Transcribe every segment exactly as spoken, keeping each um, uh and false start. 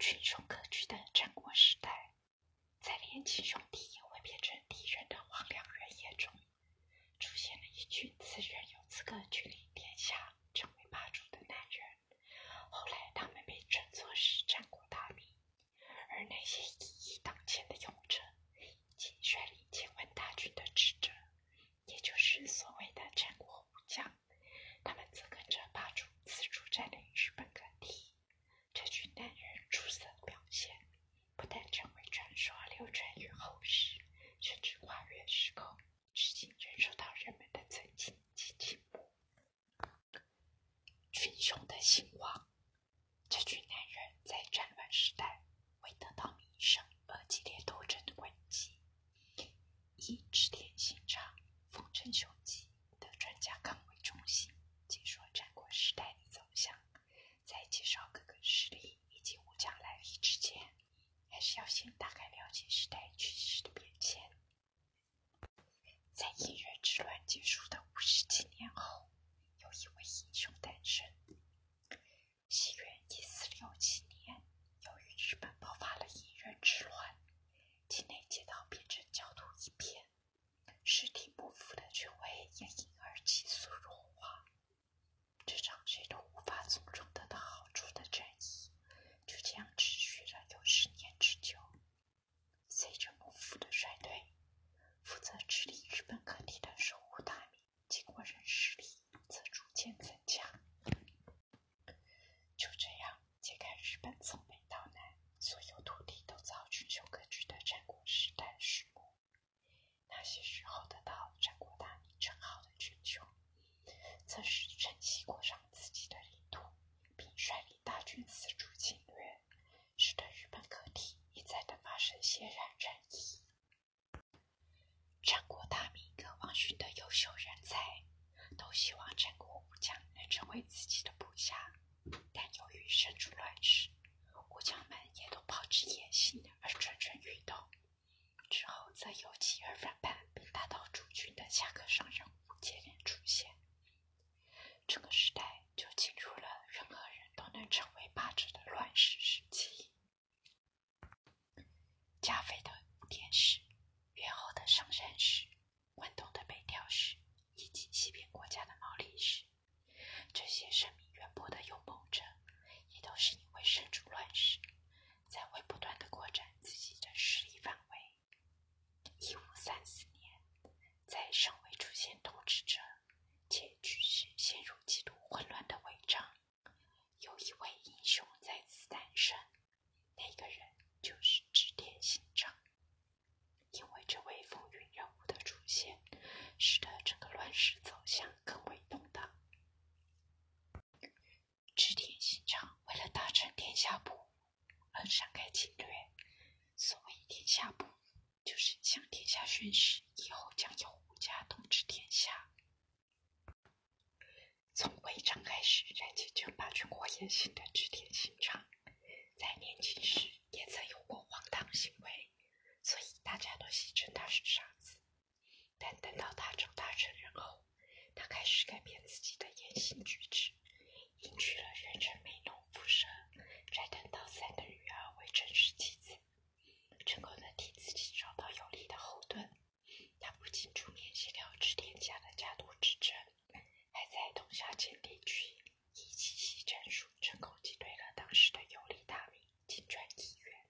群雄割据的战国时代，在连亲兄弟也会变成敌人的荒凉原野中，出现了一群自认有资格君临天下、成为霸主的男人。后来他们被称作是战国大名，而那些一一当前的勇者，以及率领千万大军的智者，也就是所谓的战国武将，他们则跟着霸主四处占领日本各地。这群男人出色的表现，不但成为传说流传于后世，甚至跨越时空，至今仍受到人们的尊敬及倾慕。群雄的兴亡，这群男人在战乱时代为得到名声而激烈斗争的轨迹，以织田信长、丰臣秀吉的专家纲为中心，解说战国时代的走向。在介绍各个势力以及武将来历之前，还是要先大概了解时代趋势的变迁。在隐忍之乱结束的五十几年后，有一位英雄诞生。西元一四六七年，由于日本爆发了隐忍之乱，境内街道变成焦土一片，实体幕府的权威也因而急速弱化。这场谁都无法从中得到好处的战役，就这样持续了有十年之久。随着幕府的衰退，负责治理日本各地的守护大名及国人势力则逐渐增强。就这样，揭开日本从北到南所有土地都遭群雄割据的战国时代序幕。那些时候得到战国大名称号的群雄，则是趁机扩张自己的领土，并率领大军四处侵略，使得日本各地一再的发生血染战役。战国大名渴望寻得优秀人才，都希望战国武将能成为自己的部下，但由于身处乱世，武将们也都抱着野心而蠢蠢欲动。之后则有继而反叛并打倒主君的下克上人物接连出现。这个时代就进入了任何人都能成为霸者的乱世时期。加菲的武田氏、越后的上杉氏、关东的北条氏以及西边国家的毛利氏，这些声名远播的勇猛者，也都是因为身处乱世，才会不断的扩展自己的势力范围。一五三四年，在尚未出现统治者，且局势陷入极度混乱的尾张，有一位英雄在此诞生，那个人就是织田信长。因为这位风云人物的出现，使得整个乱世走向更为动荡。织田信长为了达成天下布武而展开侵略，所谓天下布武，就是向天下宣示以后将由武家统治天下。从徽章开始燃起称霸全国野心的织田信长，在年轻时也曾有过荒唐行为，所以大家都戏称他是傻子。但等到他长大成人后，他开始改变自己的言行举止，迎娶了人人美浓富奢、斋藤道三的女儿为正式妻子，成功的替自己找到有力的后盾。他不仅出面协调织田家的家督之争，还在东夏间地区以奇袭战术成功击退了当时的有力大名金川义元。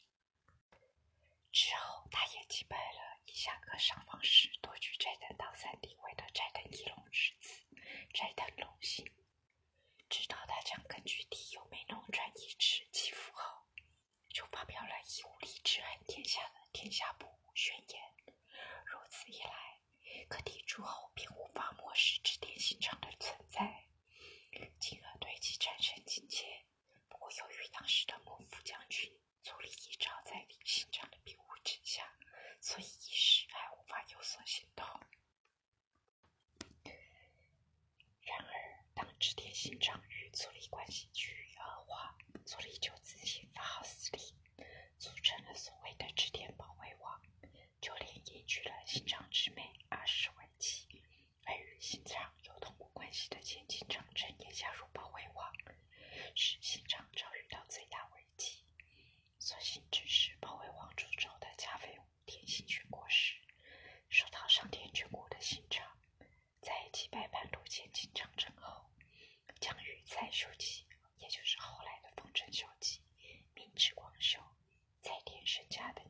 之后他也击败了以下克上方氏夺取斋藤道三地位的斋藤义隆之子斋藤隆信。直到他将根据地由美浓转移至岐阜后，就发表了以武力制衡天下的天下布武宣言。如此一来，各地诸侯便无法漠视织田信长的存在，进而对其产生警戒。不过由于当时的幕府将军足利义昭在领信长的庇护之下，所以一时还无法有所行动。然而当织田信长与足利关系趋于恶化，足利就自行发号施令，组成了所谓的织田保卫网，就连迎娶了信长之妹阿史为妻， 蔡秀吉，也就是后来的丰臣秀吉、明智光秀、在田胜家等